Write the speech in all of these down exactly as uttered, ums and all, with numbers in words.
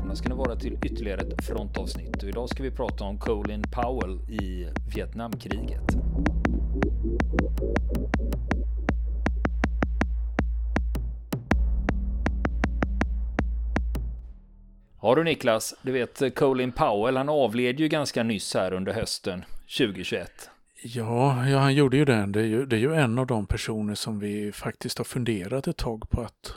välkomna ska ni vara till ytterligare ett frontavsnitt. Och idag ska vi prata om Colin Powell i Vietnamkriget. Ja du Niklas, du vet Colin Powell, han avled ju ganska nyss här under hösten tjugohundratjugoett. Ja, ja, han gjorde ju det. Det är ju, det är ju en av de personer som vi faktiskt har funderat ett tag på att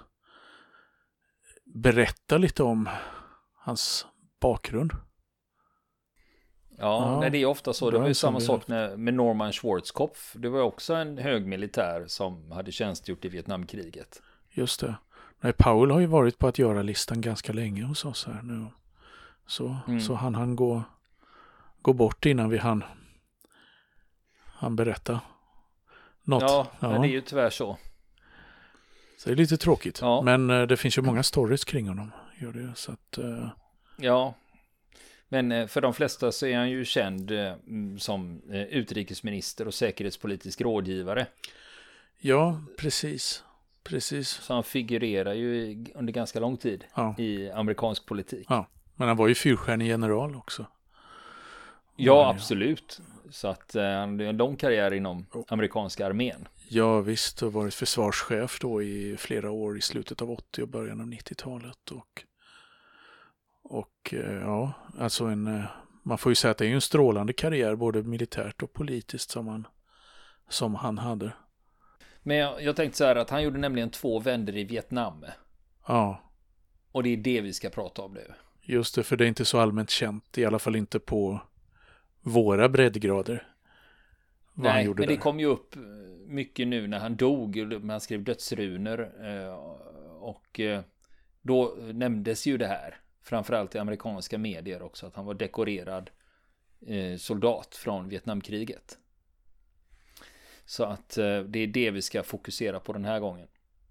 berätta lite om hans bakgrund. Ja, ja nej, det är ofta så. Det var ju samma vi... sak med, med Norman Schwarzkopf. Det var också en hög militär som hade tjänstgjort i Vietnamkriget. Just det. Nej, Powell har ju varit på att göra listan ganska länge hos oss här nu. Så, mm. så han han gå, gå bort innan vi han, han berätta något. Ja, ja. Men det är ju tyvärr så. Så det är lite tråkigt. Ja. Men uh, det finns ju många stories kring honom. Gör det, så att, uh... Ja, men för de flesta så är han ju känd uh, som uh, utrikesminister och säkerhetspolitisk rådgivare. Ja, precis. Precis. Så han figurerar ju under ganska lång tid ja. i amerikansk politik. Ja, men han var ju fyrstjärnig general också. Ja, absolut. Så att uh, han hade en lång karriär inom oh. amerikanska armén. Ja, visst. Har varit försvarschef då i flera år i slutet av åttio och början av nittiotalet. Och, och ja, alltså en, man får ju säga att det är en strålande karriär både militärt och politiskt som han, som han hade. Men jag, jag tänkte så här att han gjorde nämligen två vändor i Vietnam. Ja. Och det är det vi ska prata om nu. Just det, för det är inte så allmänt känt. I alla fall inte på våra breddgrader. Nej, men det där. Kom ju upp mycket nu när han dog. Man skrev dödsrunor. Och då nämndes ju det här. Framförallt i amerikanska medier också. Att han var dekorerad soldat från Vietnamkriget. Så att det är det vi ska fokusera på den här gången.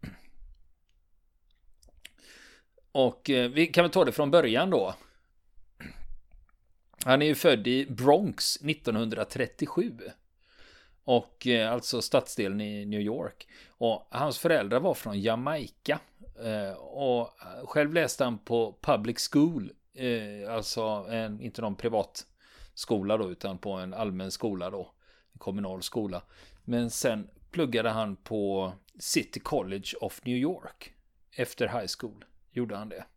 Och vi kan väl ta det från början då. Han är ju född i Bronx nittonhundratrettiosju. Och alltså stadsdelen i New York. Och hans föräldrar var från Jamaica. Och själv läste han på public school. Alltså en, inte någon privat skola då, utan på en allmän skola då. En kommunal skola. Men sen pluggade han på City College of New York. Efter high school gjorde han det.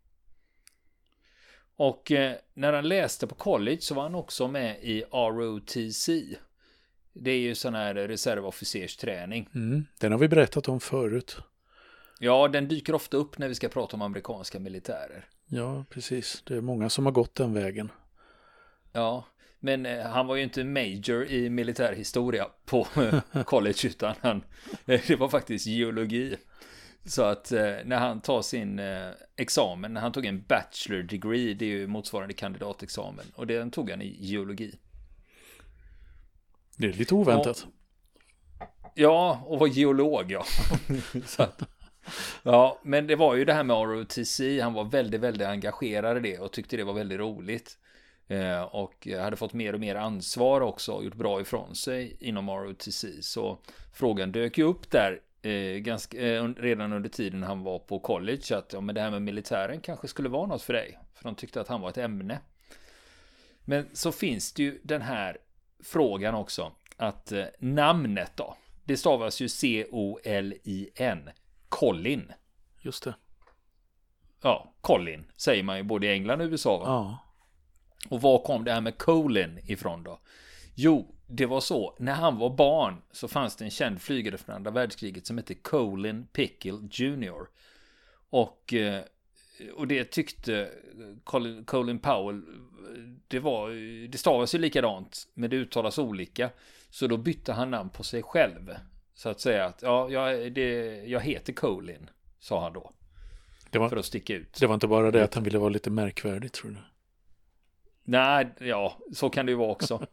Och eh, när han läste på college så var han också med i R O T C. Det är ju sån här reservofficersträning. Mm, den har vi berättat om förut. Ja, den dyker ofta upp när vi ska prata om amerikanska militärer. Ja, precis. Det är många som har gått den vägen. Ja, men eh, han var ju inte major i militärhistoria på college utan han, eh, det var faktiskt geologi. Så att eh, när han tar sin eh, examen, när han tog en bachelor degree, det är ju motsvarande kandidatexamen, och den tog han i geologi. Det är lite oväntat. Och, ja, och var geolog, ja. Så att, ja, men det var ju det här med R O T C, han var väldigt, väldigt engagerad i det och tyckte det var väldigt roligt. Eh, och hade fått mer och mer ansvar också och gjort bra ifrån sig inom R O T C. Så frågan dök ju upp där eh, ganska, eh, redan under tiden han var på college att ja, men det här med militären kanske skulle vara något för dig. För de tyckte att han var ett ämne. Men så finns det ju den här frågan också att eh, namnet då, det stavas ju C O L I N, Colin. Just det. Ja, Colin säger man ju både i England och U S A, va? Ja. Och var kom det här med Colin ifrån då? Jo, det var så. När han var barn så fanns det en känd flygare från andra världskriget som hette Colin Pickle junior Och, och det tyckte Colin, Colin Powell, det, var, det stavas ju likadant, men det uttalas olika. Så då bytte han namn på sig själv. Så att säga att ja, jag, det, jag heter Colin, sa han då. Det var, för att sticka ut. Det var inte bara det att han ville vara lite märkvärdig, tror du? Nej, ja, så kan det ju vara också.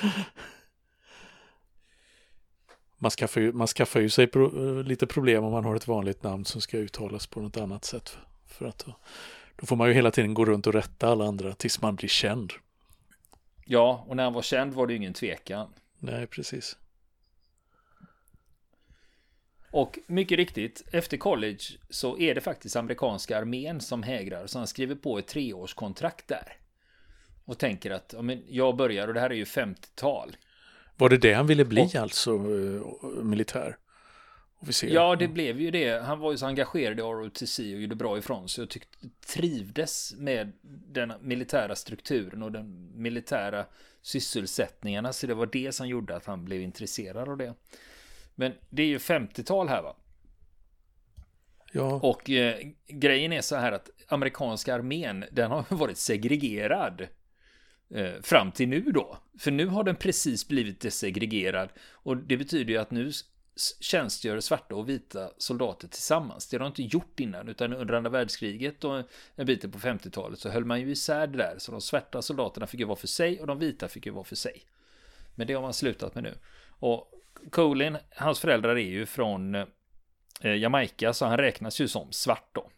Man skaffar ju, man skaffar ju sig pro, lite problem om man har ett vanligt namn som ska uttalas på något annat sätt. För att då, då får man ju hela tiden gå runt och rätta alla andra tills man blir känd. Ja, och när han var känd var det ju ingen tvekan. Nej, precis. Och mycket riktigt, efter college så är det faktiskt amerikanska armén som hägrar. Så han skriver på ett treårskontrakt där. Och tänker att ja, men jag börjar, och det här är ju femtiotal. Var det det han ville bli, och, alltså uh, militär? Officer? Ja, det blev ju det. Han var ju så engagerad i R O T C och gjorde bra ifrån sig. Och tyckte, trivdes med den militära strukturen och den militära sysselsättningarna. Så det var det som gjorde att han blev intresserad av det. Men det är ju femtiotal här, va? Ja. Och eh, grejen är så här att amerikanska armén, den har varit segregerad eh, fram till nu då. För nu har den precis blivit desegregerad. Och det betyder ju att nu tjänstgör svarta och vita soldater tillsammans. Det har de inte gjort innan, utan under andra världskriget och en bit på femtiotalet så höll man ju isär det där. Så de svarta soldaterna fick ju vara för sig och de vita fick ju vara för sig. Men det har man slutat med nu. Och Colin, hans föräldrar är ju från eh, Jamaica, så han räknas ju som svart då.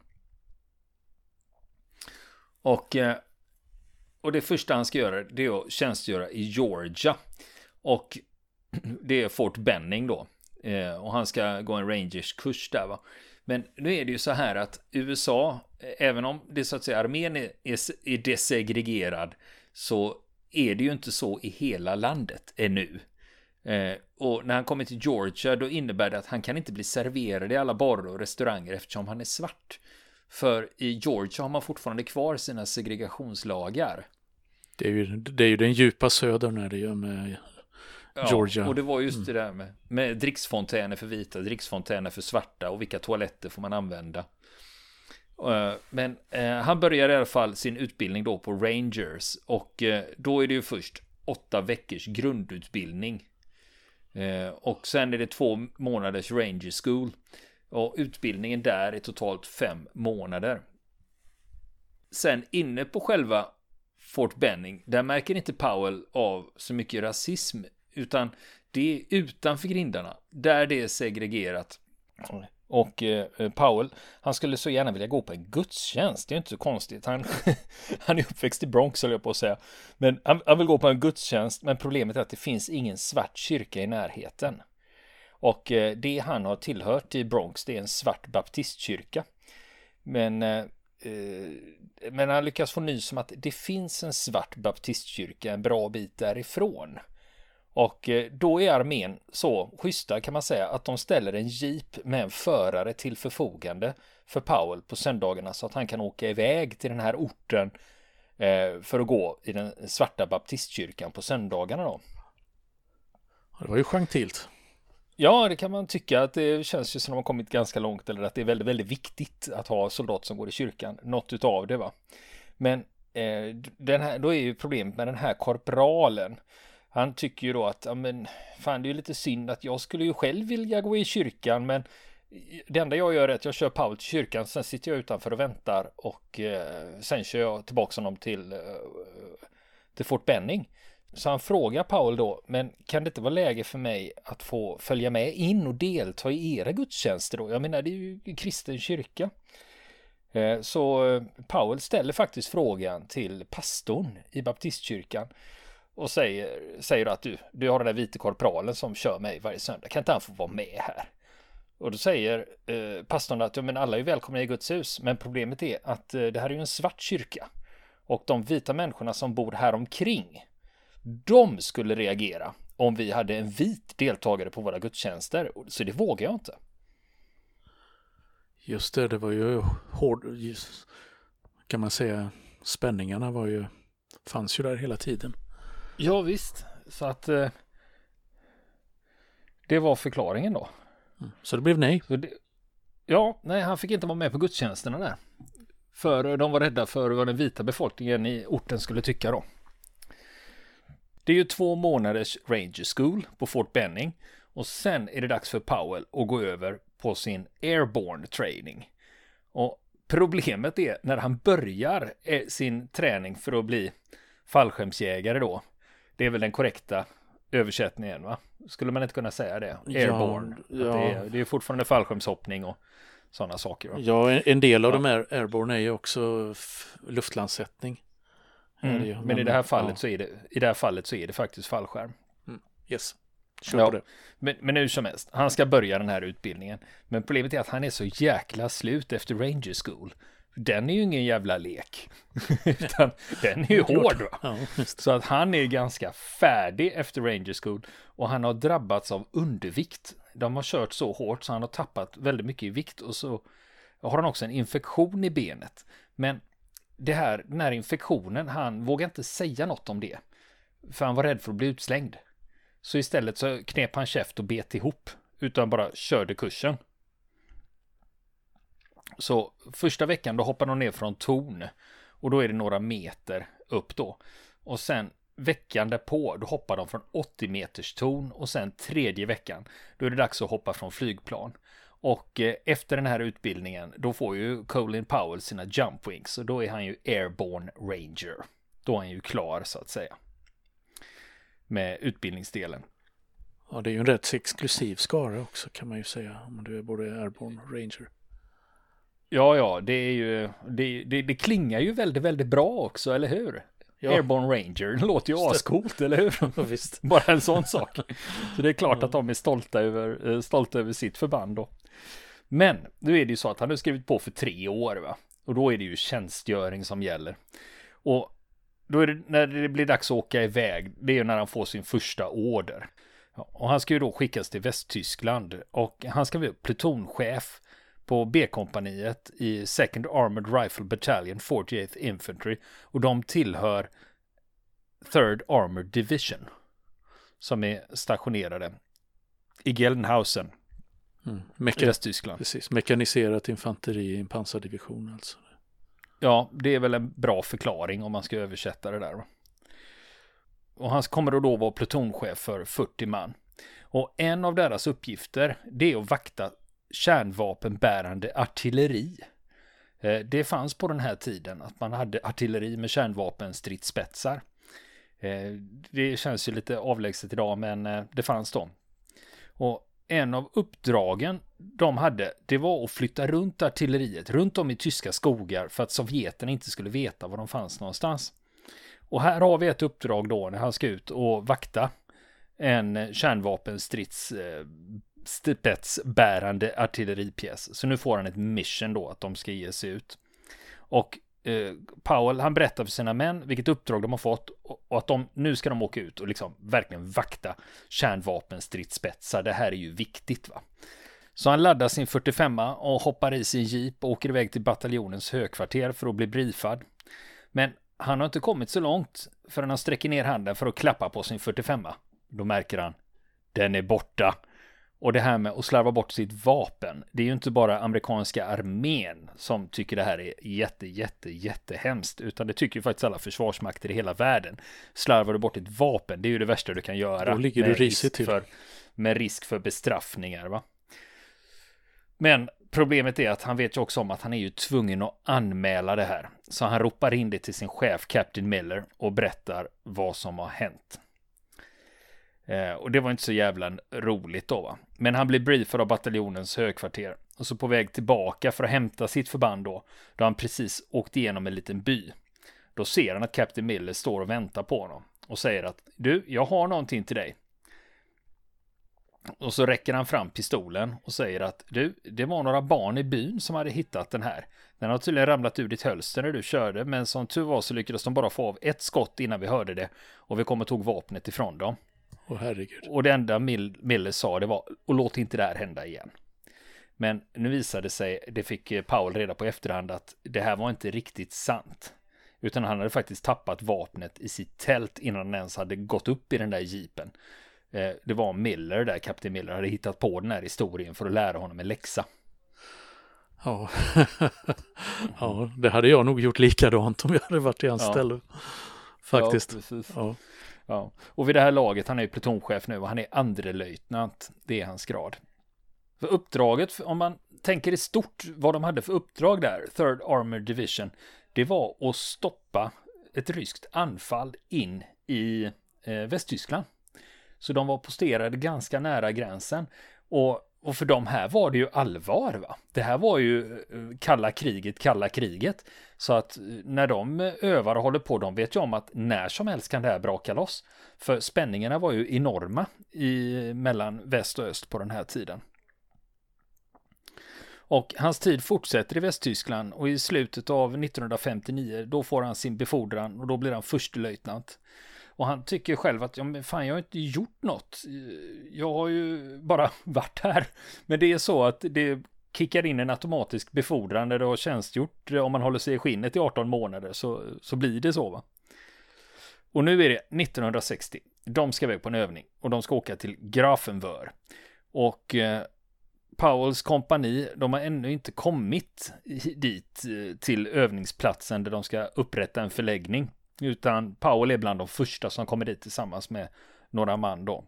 Och, eh, och det första han ska göra, det är att tjänstgöra i Georgia. Och det är Fort Benning då. Eh, och han ska gå en Rangers-kurs där, va. Men nu är det ju så här att U S A, även om det så att säga armén är, är, är desegregerad, så är det ju inte så i hela landet ännu. Eh, och när han kommer till Georgia, då innebär det att han kan inte bli serverad i alla barer och restauranger eftersom han är svart. För i Georgia har man fortfarande kvar sina segregationslagar. Det är ju, det är ju den djupa södern när det gör med Georgia. Ja, och det var just det där med, med dricksfontäner för vita, dricksfontäner för svarta och vilka toaletter får man använda. Uh, men uh, han börjar i alla fall sin utbildning då på Rangers, och uh, då är det ju först åtta veckors grundutbildning. Uh, och sen är det två månaders Ranger School. Och utbildningen där är totalt fem månader. Sen inne på själva Fort Benning, där märker inte Powell av så mycket rasism, utan det är utanför grindarna där det är segregerat. Och eh, Powell, han skulle så gärna vilja gå på en gudstjänst. Det är inte så konstigt. Han, han är uppväxt i Bronx, höll jag på att säga. Men han, han vill gå på en gudstjänst, men problemet är att det finns ingen svart kyrka i närheten. Och eh, det han har tillhört i Bronx, det är en svart baptistkyrka. Men eh, men han lyckas få nys om att det finns en svart baptistkyrka en bra bit därifrån. Och då är armén så schyssta, kan man säga, att de ställer en jeep med en förare till förfogande för Powell på söndagarna så att han kan åka iväg till den här orten för att gå i den svarta baptistkyrkan på söndagarna då. Det var ju gentilt. Ja, det kan man tycka, att det känns ju som att de har kommit ganska långt, eller att det är väldigt, väldigt viktigt att ha soldater som går i kyrkan. Något utav det, va. Men eh, den här, då är ju problemet med den här korpralen. Han tycker ju då att, ja men, fan det är ju lite synd att jag skulle ju själv vilja gå i kyrkan, men det enda jag gör är att jag kör Powell till kyrkan, sen sitter jag utanför och väntar, och eh, sen kör jag tillbaka honom till, eh, till Fort Benning. Så han frågar Powell då, men kan det inte vara läge för mig att få följa med in och delta i era gudstjänster då? Jag menar, det är ju kristen kyrka. Så Powell ställer faktiskt frågan till pastorn i baptistkyrkan och säger, säger att du, du har den där vita korpralen som kör mig varje söndag. Kan inte han få vara med här? Och då säger eh, pastorn att ja, men alla är välkomna i Guds hus, men problemet är att eh, det här är ju en svart kyrka. Och de vita människorna som bor här omkring, de skulle reagera om vi hade en vit deltagare på våra gudstjänster. Så det vågar jag inte. Just det, det var ju hård, kan man säga, spänningarna var ju, fanns ju där hela tiden. Ja visst, så att eh, det var förklaringen då. Mm. Så det blev nej. Så det, ja, nej, han fick inte vara med på gudstjänsterna där. För de var rädda för vad den vita befolkningen i orten skulle tycka då. Det är ju två månaders Ranger School på Fort Benning, och sen är det dags för Powell att gå över på sin Airborne training. Och problemet är när han börjar sin träning för att bli fallskärmsjägare då. Det är väl den korrekta översättningen, va? Skulle man inte kunna säga det? Airborne. Ja, ja. Det, är, det är fortfarande fallskärmshoppning och sådana saker, va? Ja, en del av ja. de här Airborne är ju också luftlandsättning. Mm. Men, men i det här fallet ja. så är det i det här fallet så är det faktiskt fallskärm. Mm. Yes. Kör ja. på det. Men, men hur som helst, han ska börja den här utbildningen. Men problemet är att han är så jäkla slut efter Ranger School. Den är ju ingen jävla lek. Utan den är ju hård, va? Ja, så att han är ganska färdig efter Ranger School. Och han har drabbats av undervikt. De har kört så hårt så han har tappat väldigt mycket i vikt. Och så har han också en infektion i benet. Men det här, den här infektionen, han vågar inte säga något om det. För han var rädd för att bli utslängd. Så istället så knep han käft och bet ihop. Utan bara körde kursen. Så första veckan då hoppar de ner från torn. Och då är det några meter upp då. Och sen veckan därpå då hoppar de från åttio meters torn. Och sen tredje veckan då är det dags att hoppa från flygplan. Och eh, efter den här utbildningen då får ju Colin Powell sina jump wings. Och då är han ju Airborne Ranger. Då är han ju klar så att säga. Med utbildningsdelen. Ja, det är ju en rätt exklusiv skara också kan man ju säga. Om du är både Airborne Ranger. Ja, ja, det är ju det, det, det klingar ju väldigt, väldigt bra också, eller hur? Ja. Airborne Ranger, det låter ju ascoolt, eller hur? Ja, visst. Bara en sån sak. Så det är klart ja. att de är stolta över, stolta över sitt förband då. Men nu är det ju så att han har skrivit på för tre år, va? Och då är det ju tjänstgöring som gäller. Och då är det, när det blir dags att åka iväg, det är ju när han får sin första order. Ja, och han ska ju då skickas till Västtyskland och han ska bli plutonchef på B-kompaniet i Second Armored Rifle Battalion fyrtioåttonde Infantry och de tillhör Third Armored Division som är stationerade i Gelnhausen mm. Meka- i Västtyskland. Precis, mekaniserat infanteri i en pansardivision alltså. Ja, det är väl en bra förklaring om man ska översätta det där. Och han kommer då vara plutonchef för fyrtio man. Och en av deras uppgifter det är att vakta kärnvapenbärande artilleri. Det fanns på den här tiden att man hade artilleri med kärnvapenstridsspetsar. Det känns ju lite avlägset idag, men det fanns då. Och en av uppdragen de hade, det var att flytta runt artilleriet runt om i tyska skogar för att sovjeterna inte skulle veta var de fanns någonstans. Och här har vi ett uppdrag då när han ska ut och vakta en kärnvapenstrids spetsbärande artilleripjäs. Så nu får han ett mission då att de ska ge sig ut. Och eh, Powell han berättar för sina män vilket uppdrag de har fått och, och att de nu ska de åka ut och liksom verkligen vakta kärnvapenstridsspetsar. Det här är ju viktigt, va. Så han laddar sin fyrtiofemma och hoppar i sin jeep och åker iväg till bataljonens högkvarter för att bli briefad. Men han har inte kommit så långt förrän han sträcker ner handen för att klappa på sin fyrtiofemma. Då märker han, den är borta. Och det här med att slarva bort sitt vapen, det är ju inte bara amerikanska armén som tycker det här är jätte, jätte, jättehemskt, utan det tycker ju faktiskt alla försvarsmakter i hela världen. Slarvar du bort ett vapen, det är ju det värsta du kan göra. Då ligger du risigt till. För, med risk för bestraffningar, va? Men problemet är att han vet ju också om att han är ju tvungen att anmäla det här. Så han ropar in det till sin chef, Captain Miller, och berättar vad som har hänt. Eh, och det var inte så jävla roligt då, va. Men han blir briefad av bataljonens högkvarter. Och så på väg tillbaka för att hämta sitt förband då. Då han precis åkt igenom en liten by. Då ser han att Captain Miller står och väntar på honom. Och säger att du, jag har någonting till dig. Och så räcker han fram pistolen och säger att du, det var några barn i byn som hade hittat den här. Den har tydligen ramlat ur ditt hölster när du körde. Men som tur var så lyckades de bara få av ett skott innan vi hörde det. Och vi kom och tog vapnet ifrån dem. Åh, herregud. Och det enda Miller sa det var, och låt inte det här hända igen. Men nu visade sig, det fick Powell reda på i efterhand, att det här var inte riktigt sant. Utan han hade faktiskt tappat vapnet i sitt tält innan han ens hade gått upp i den där jeepen. Det var Miller där, Captain Miller, hade hittat på den här historien för att lära honom en läxa. Ja. Ja, det hade jag nog gjort likadant om jag hade varit i hans ja. ställe. Faktiskt. Ja, precis. Ja. Ja. Och vid det här laget, han är ju plutonchef nu och han är andrelöjtnant. Det är hans grad. För uppdraget, om man tänker i stort vad de hade för uppdrag där, Third Armored Division, det var att stoppa ett ryskt anfall in i eh, Västtyskland. Så de var posterade ganska nära gränsen. Och och för de här var det ju allvar, va? Det här var ju kalla kriget, kalla kriget. Så att när de övar och håller på, de vet ju om att när som helst kan det här braka loss. För spänningarna var ju enorma i, mellan väst och öst på den här tiden. Och hans tid fortsätter i Västtyskland och i slutet av nittonhundrafemtionio då får han sin befordran och då blir han förstelöjtnant. Och han tycker själv att ja, men fan, jag har inte gjort något. Jag har ju bara varit här. Men det är så att det kickar in en automatisk befordran när du har tjänstgjort. Om man håller sig i skinnet i arton månader så, så blir det så, va. Och nu är det nittonhundrasextio. De ska iväg på en övning och de ska åka till Grafenwöhr. Och eh, Powells kompani, de har ännu inte kommit dit till övningsplatsen där de ska upprätta en förläggning. Utan Powell är bland de första som kommer dit tillsammans med några man då.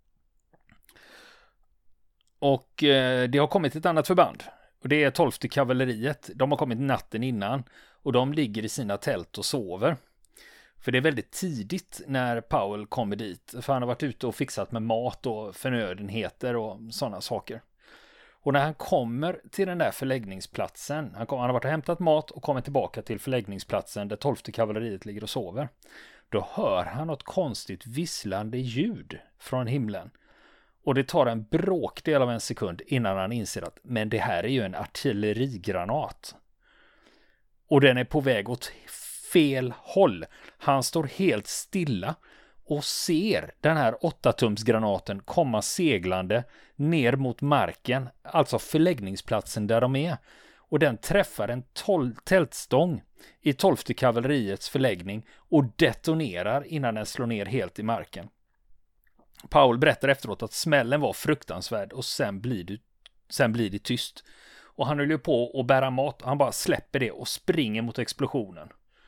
Och eh, det har kommit ett annat förband. Och det är tolfte kavalleriet. De har kommit natten innan. Och de ligger i sina tält och sover. För det är väldigt tidigt när Powell kommer dit. För han har varit ute och fixat med mat och förnödenheter och sådana saker. Och när han kommer till den där förläggningsplatsen, han, kom, han har varit och hämtat mat och kommer tillbaka till förläggningsplatsen där tolfte kavalleriet ligger och sover. Då hör han något konstigt visslande ljud från himlen. Och det tar en bråkdel av en sekund innan han inser att men det här är ju en artillerigranat. Och den är på väg åt fel håll. Han står helt stilla och ser den här åttatumsgranaten komma seglande ner mot marken, alltså förläggningsplatsen där de är. Och den träffar en tol- tältstång i tolfte kavalleriets förläggning och detonerar innan den slår ner helt i marken. Powell berättar efteråt att smällen var fruktansvärd och sen blir det, sen blir det tyst. Och han höll ju på att bära mat, han bara släpper det och springer mot explosionen.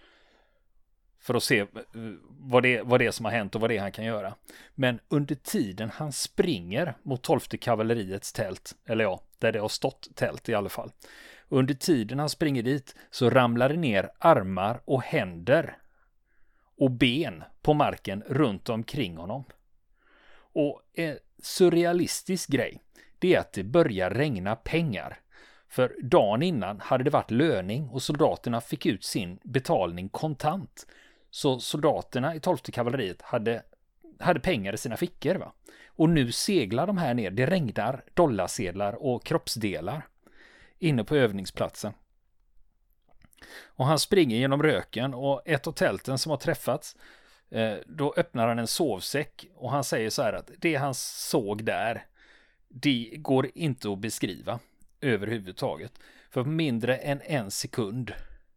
För att se vad det, vad det är som har hänt och vad det är han kan göra. Men under tiden han springer mot tolfte kavalleriets tält, eller ja, där det har stått tält i alla fall. Under tiden han springer dit så ramlar det ner armar och händer och ben på marken runt omkring honom. Och en surrealistisk grej, det är att det börjar regna pengar. För dagen innan hade det varit löning och soldaterna fick ut sin betalning kontant. Så soldaterna i tolfte kavalleriet hade, hade pengar i sina fickor, va? Och nu seglar de här ner. Det regnar dollarsedlar och kroppsdelar inne på övningsplatsen. Och han springer genom röken och ett av tälten som har träffats, eh, då öppnar han en sovsäck och han säger så här att det han såg där, det går inte att beskriva överhuvudtaget. För mindre än en sekund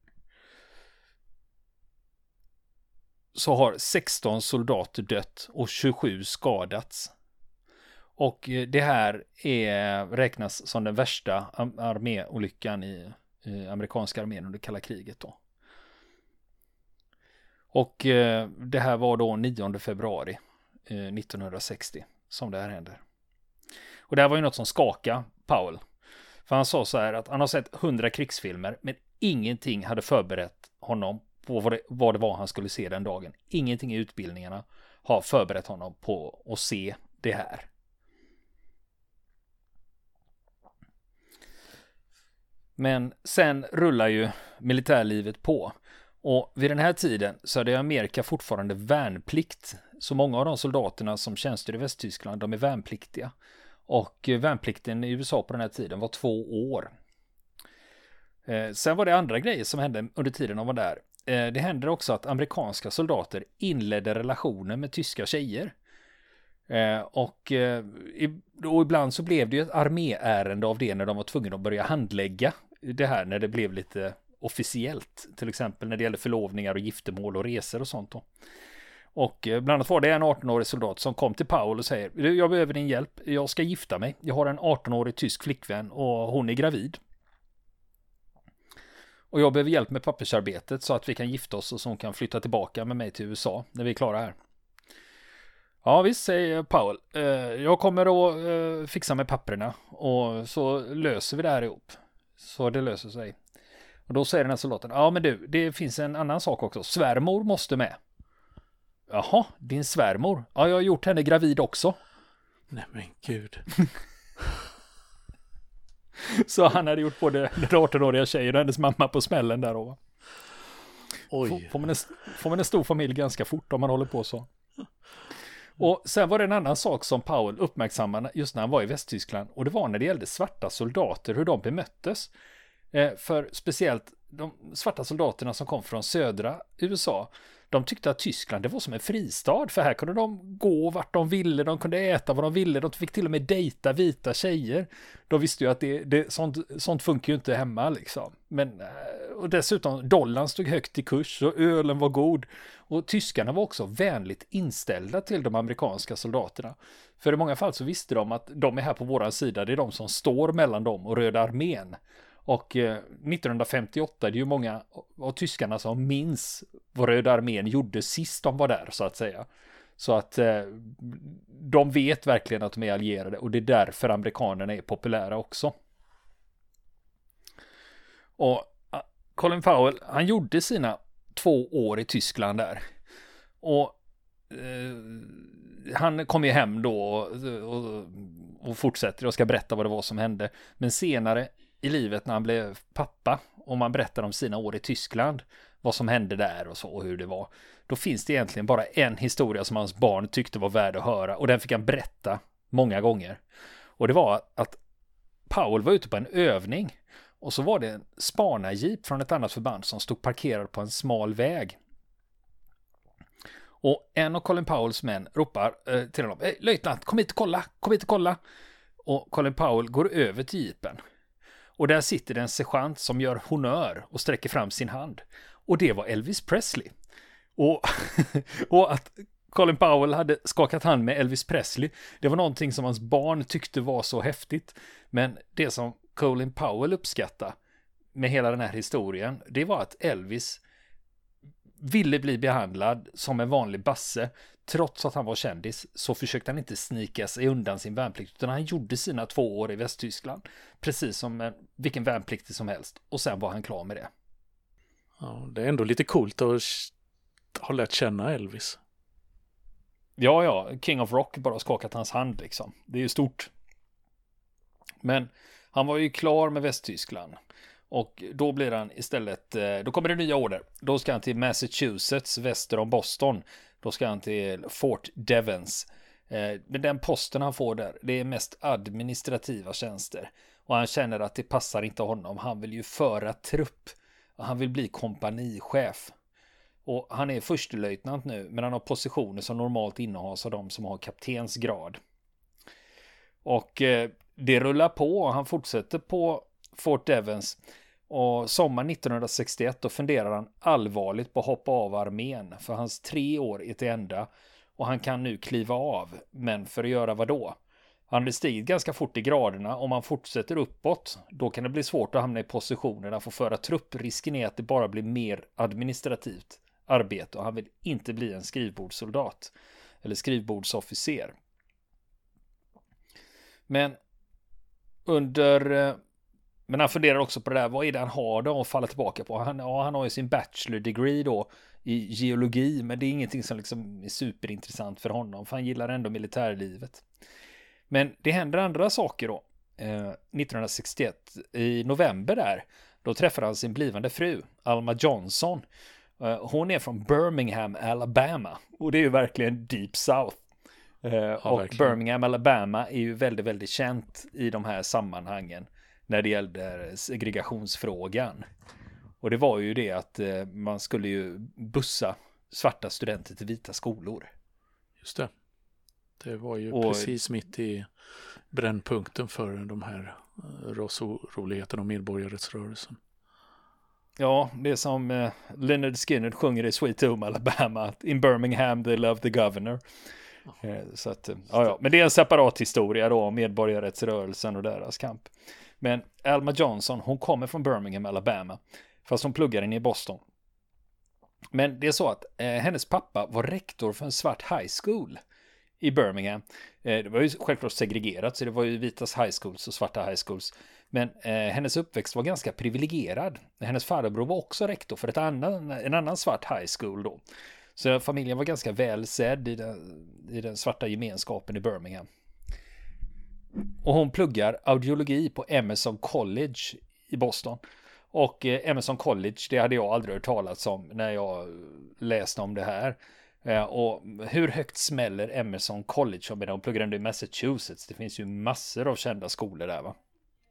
så har sexton soldater dött och tjugosju skadats. Och det här är, räknas som den värsta arméolyckan i, i amerikanska armén under kalla kriget då. Och eh, det här var då nionde februari eh, nittonhundrasextio som det här händer. Och det här var ju något som skakade Powell. För han sa så här att han har sett hundra krigsfilmer men ingenting hade förberett honom på vad det, vad det var han skulle se den dagen. Ingenting i utbildningarna har förberett honom på att se det här. Men sen rullar ju militärlivet på. Och vid den här tiden så hade Amerika fortfarande värnplikt. Så många av de soldaterna som tjänstgör i Västtyskland, de är värnpliktiga. Och värnplikten i U S A på den här tiden var två år. Eh, sen var det andra grejer som hände under tiden de var där. Eh, det hände också att amerikanska soldater inledde relationer med tyska tjejer. Eh, och, eh, i, och ibland så blev det ju ett arméärende av det när de var tvungna att börja handlägga det här när det blev lite officiellt. Till exempel när det gäller förlovningar och giftermål och resor och sånt då. Och bland annat var det en arton-årig soldat som kom till Powell och säger: jag behöver din hjälp, jag ska gifta mig. Jag har en arton-årig tysk flickvän och hon är gravid. Och jag behöver hjälp med pappersarbetet så att vi kan gifta oss och så hon kan flytta tillbaka med mig till U S A när vi är klara här. Ja visst, säger Powell. Jag kommer att fixa med papperna och så löser vi det här ihop. Så det löser sig. Och då säger den här soldaten: ja men du, det finns en annan sak också. Svärmor måste med. Jaha, din svärmor. Ja, jag har gjort henne gravid också. Nej men gud. Så han hade gjort både den arton-åriga tjejen och hennes mamma på smällen där. Och Oj. får, får, man en, får man en stor familj ganska fort om man håller på så. Och sen var det en annan sak som Powell uppmärksammade just när han var i Västtyskland. Och det var när det gällde svarta soldater, hur de bemöttes. Eh, för speciellt de svarta soldaterna som kom från södra U S A, de tyckte att Tyskland det var som en fristad, för här kunde de gå vart de ville, de kunde äta vad de ville, de fick till och med dejta vita tjejer. De visste ju att det, det, sånt, sånt funkar ju inte hemma liksom. Men, och dessutom dollarn stod högt i kurs och ölen var god. Och tyskarna var också vänligt inställda till de amerikanska soldaterna. För i många fall så visste de att de är här på våran sida, det är de som står mellan dem och Röda armén. Och eh, nittonhundrafemtioåtta, det är ju många av tyskarna som minns vad Röda armén gjorde sist de var där, så att säga. Så att eh, de vet verkligen att de är allierade, och det är därför amerikanerna är populära också. Och uh, Colin Powell, han gjorde sina två år i Tyskland där. Och eh, han kom ju hem då och, och, och fortsätter och ska berätta vad det var som hände. Men senare i livet när han blev pappa och man berättar om sina år i Tyskland, vad som hände där och så och hur det var, då finns det egentligen bara en historia som hans barn tyckte var värd att höra, och den fick han berätta många gånger. Och det var att Powell var ute på en övning och så var det en spanarjeep från ett annat förband som stod parkerad på en smal väg. Och en av Colin Powells män ropar eh, till honom: "Hey, löjtnant, kom hit och kolla, kom hit och kolla." Och Colin Powell går över till jeepen. Och där sitter det en sergeant som gör honör och sträcker fram sin hand. Och det var Elvis Presley. Och, och att Colin Powell hade skakat hand med Elvis Presley, det var någonting som hans barn tyckte var så häftigt. Men det som Colin Powell uppskattade med hela den här historien, det var att Elvis ville bli behandlad som en vanlig basse. Trots att han var kändis så försökte han inte snika sig undan sin värnplikt, utan han gjorde sina två år i Västtyskland precis som en, vilken värnpliktig som helst, och sen var han klar med det. Ja, det är ändå lite coolt att ha lärt känna Elvis. Ja, ja, King of Rock bara skakat hans hand liksom. Det är ju stort. Men han var ju klar med Västtyskland. Och då blir han istället, då kommer det nya order. Då ska han till Massachusetts väster om Boston. Då ska han till Fort Devens. Men den posten han får där, det är mest administrativa tjänster. Och han känner att det passar inte honom. Han vill ju föra trupp. Han vill bli kompanichef. Och han är förstelöjtnant nu, men han har positioner som normalt innehas av de som har kaptensgrad. Och eh, det rullar på och han fortsätter på Fort Devens. Och sommar nittonhundrasextioett då funderar han allvarligt på att hoppa av armén, för hans tre år är till ända och han kan nu kliva av. Men för att göra vad då? Han har stigit ganska fort i graderna. Om man fortsätter uppåt, då kan det bli svårt att hamna i positionerna för att föra trupp. Risken är att det bara blir mer administrativt arbete och han vill inte bli en skrivbordssoldat eller skrivbordsofficer. Men under men han funderar också på det där, vad är det han har då att falla tillbaka på? Han, ja, han har ju sin bachelor degree då i geologi, men det är ingenting som liksom är superintressant för honom, för han gillar ändå militärlivet. Men det händer andra saker då. Eh, nittonhundrasextioett i november där, då träffar han sin blivande fru, Alma Johnson. Eh, hon är från Birmingham, Alabama, och det är ju verkligen deep south. Eh, ja, och verkligen. Birmingham, Alabama är ju väldigt, väldigt känt i de här sammanhangen när det gällde segregationsfrågan. Och det var ju det att eh, man skulle ju bussa svarta studenter till vita skolor. Just det. Det var ju och, precis mitt i brännpunkten för de här rasoroligheterna och medborgarrättsrörelsen. Ja, det är som eh, Leonard Skinner sjunger i Sweet Home Alabama, att in Birmingham they love the governor. Eh, så att, ja, ja. Men det är en separat historia då om medborgarrättsrörelsen och deras kamp. Men Alma Johnson, hon kommer från Birmingham, Alabama, fast hon pluggar inne i Boston. Men det är så att eh, hennes pappa var rektor för en svart high school i Birmingham. Eh, det var ju självklart segregerat, så det var ju vitas high schools och svarta high schools. Men eh, hennes uppväxt var ganska privilegierad. Hennes farbror var också rektor för ett annan, en annan svart high school då. Så familjen var ganska väl sedd i den, i den svarta gemenskapen i Birmingham. Och hon pluggar audiologi på Emerson College i Boston. Och eh, Emerson College, det hade jag aldrig hört talas om när jag läste om det här. Eh, och hur högt smäller Emerson College? Jag menar, hon pluggar ändå i Massachusetts. Det finns ju massor av kända skolor där, va?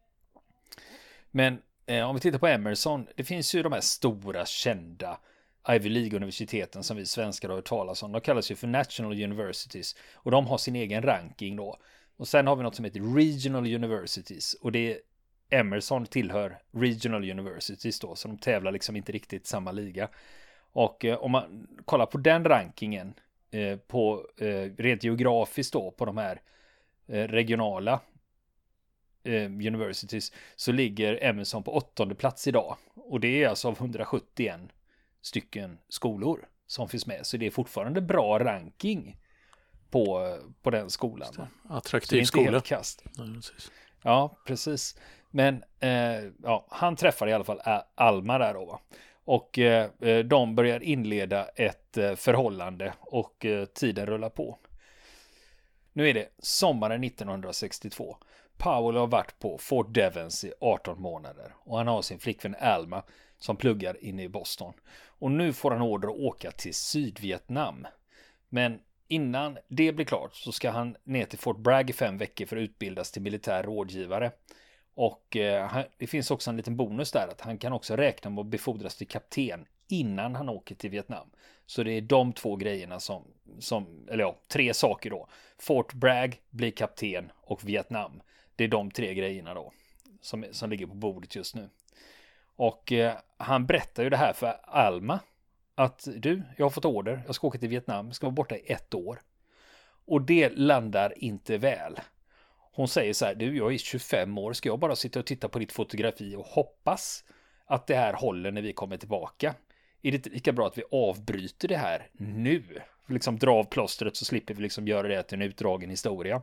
Men eh, om vi tittar på Emerson, det finns ju de här stora kända Ivy League-universiteten som vi svenskar har hört talas om. De kallas ju för National Universities. Och de har sin egen ranking då. Och sen har vi något som heter Regional Universities. Och det är Emerson tillhör Regional Universities då. Så de tävlar liksom inte riktigt samma liga. Och eh, om man kollar på den rankingen eh, på eh, rent geografiskt då på de här eh, regionala eh, universities, så ligger Emerson på åttonde plats idag. Och det är alltså av hundrasjuttioen stycken skolor som finns med. Så det är fortfarande bra ranking på, på den skolan. Attraktiv skola. Helt kast. Ja, precis. Ja, precis. Men eh, ja, han träffar i alla fall Alma där då, va? Och eh, de börjar inleda ett eh, förhållande och eh, tiden rullar på. Nu är det sommaren nittonhundrasextiotvå. Powell har varit på Fort Devens i arton månader. Och han har sin flickvän Alma som pluggar inne i Boston. Och nu får han order att åka till Sydvietnam. Men innan det blir klart så ska han ner till Fort Bragg i fem veckor för att utbildas till militär rådgivare. Och eh, det finns också en liten bonus där att han kan också räkna med att befordras till kapten innan han åker till Vietnam. Så det är de två grejerna som, som eller ja, tre saker då. Fort Bragg, blir kapten och Vietnam. Det är de tre grejerna då som, som ligger på bordet just nu. Och eh, han berättar ju det här för Alma. Att du, jag har fått order, jag ska åka till Vietnam, jag ska vara borta i ett år. Och det landar inte väl. Hon säger så här, du, jag är tjugofem år, ska jag bara sitta och titta på ditt fotografi och hoppas att det här håller när vi kommer tillbaka? Är det inte lika bra att vi avbryter det här nu? Liksom dra av plåstret så slipper vi liksom göra det till en utdragen historia.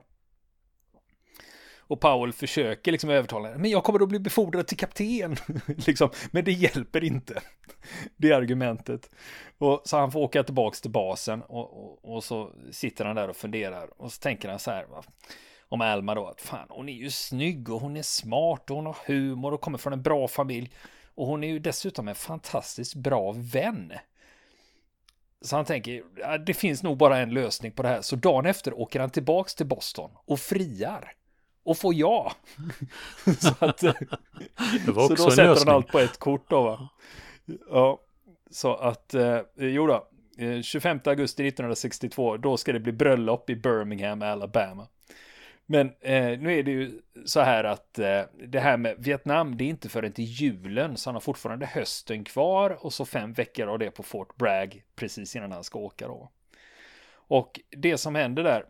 Och Powell försöker liksom övertala, men jag kommer att bli befordrad till kapten. liksom, men det hjälper inte. Det är argumentet. Och så han får åka tillbaka till basen och, och, och så sitter han där och funderar. Och så tänker han så här, va? Om Alma då, att fan, hon är ju snygg och hon är smart och hon har humor och kommer från en bra familj. Och hon är ju dessutom en fantastiskt bra vän. Så han tänker, ja, det finns nog bara en lösning på det här. Så dagen efter åker han tillbaks till Boston och friar. Och får ja. så att, det var också så då sätter lösning. Han allt på ett kort då, va? Ja, så att, eh, jo då, tjugofemte augusti nittonhundrasextiotvå, då ska det bli bröllop i Birmingham, Alabama. Men eh, nu är det ju så här att eh, det här med Vietnam, det är inte förrän till julen, så han har fortfarande hösten kvar och så fem veckor av det på Fort Bragg precis innan han ska åka då. Och det som händer där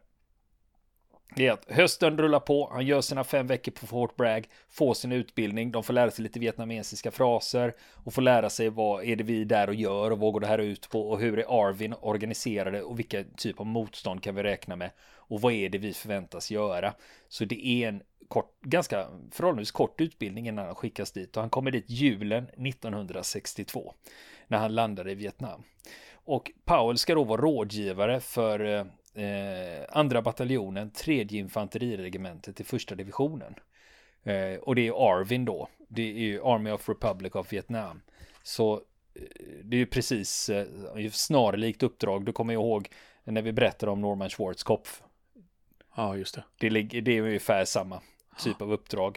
är att hösten rullar på, han gör sina fem veckor på Fort Bragg, får sin utbildning, de får lära sig lite vietnamesiska fraser och får lära sig vad är det vi där och gör och vad går det här ut på och hur är Arvin organiserade och vilka typ av motstånd kan vi räkna med och vad är det vi förväntas göra. Så det är en kort, ganska förhållandevis kort utbildning innan han skickas dit och han kommer dit julen nittonhundrasextiotvå när han landar i Vietnam. Och Powell ska då vara rådgivare för Eh, andra bataljonen, tredje infanteriregementet i första divisionen. Eh, och det är Arvin då. Det är ju Army of Republic of Vietnam. Så eh, det är ju precis eh, snarlikt uppdrag. Du kommer ihåg när vi berättade om Norman Schwarzkopf. Ja, just det. Det, det är ungefär samma typ av uppdrag.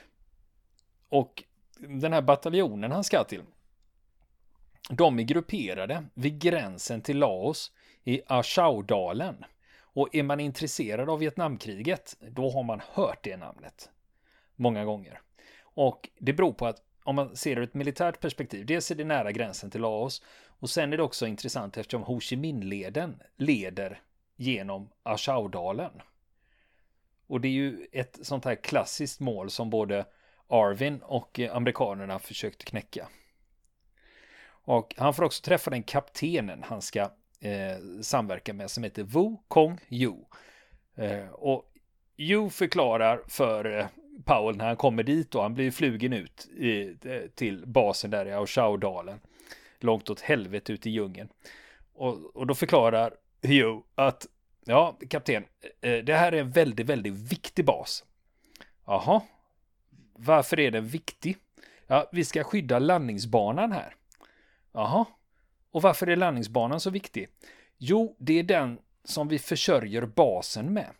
Och den här bataljonen han ska till, de är grupperade vid gränsen till Laos i A Chau-dalen. Och är man intresserad av Vietnamkriget, då har man hört det namnet många gånger. Och det beror på att om man ser det ur ett militärt perspektiv, dels är det nära gränsen till Laos och sen är det också intressant eftersom Ho Chi Minh-leden leder genom A Chau-dalen. Och det är ju ett sånt här klassiskt mål som både Arvin och amerikanerna försökte knäcka. Och han får också träffa den kaptenen han ska eh, samverka med som heter Wu Kong Yu. Eh, och Yu förklarar för eh, Powell när han kommer dit och han blir flugen ut i, eh, till basen där i A Chau-dalen. Långt åt helvete ut i djungeln. Och, och då förklarar Yu att ja, kapten, eh, det här är en väldigt, väldigt viktig bas. Jaha, varför är den viktig? Ja, vi ska skydda landningsbanan här. Jaha, och varför är landningsbanan så viktig? Jo, det är den som vi försörjer basen med.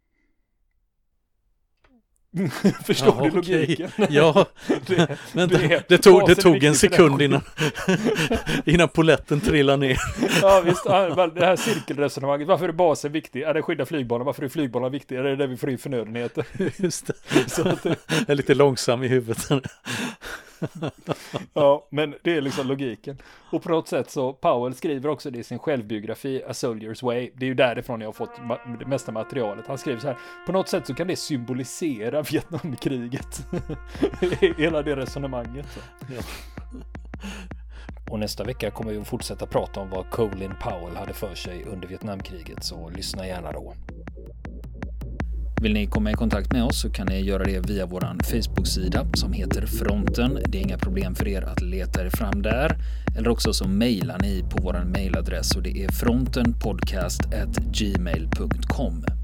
Förstår Jaha, du logiken? Okay. Ja, det, vänta, det, det tog, det tog en viktig sekund innan, innan poletten trillade ner. Ja visst, det här cirkelresonemanget. Varför är basen viktig? Är det skydda flygbanan? Varför är flygbanan viktig? Är det där vi får in förnödenheter? Just det. Så att det... Jag är lite långsam i huvudet. Ja, men det är liksom logiken. Och på något sätt så, Powell skriver också det i sin självbiografi A Soldier's Way. Det är ju därifrån jag har fått ma- det mesta materialet. Han skriver så här: på något sätt så kan det symbolisera Vietnamkriget. Hela det resonemanget. Så. Ja. Och nästa vecka kommer vi att fortsätta prata om vad Colin Powell hade för sig under Vietnamkriget, så lyssna gärna då. Vill ni komma i kontakt med oss så kan ni göra det via vår Facebook-sida som heter Fronten. Det är inga problem för er att leta er fram där. Eller också så mejlar ni på vår mejladress och det är frontenpodcast at gmail dot com.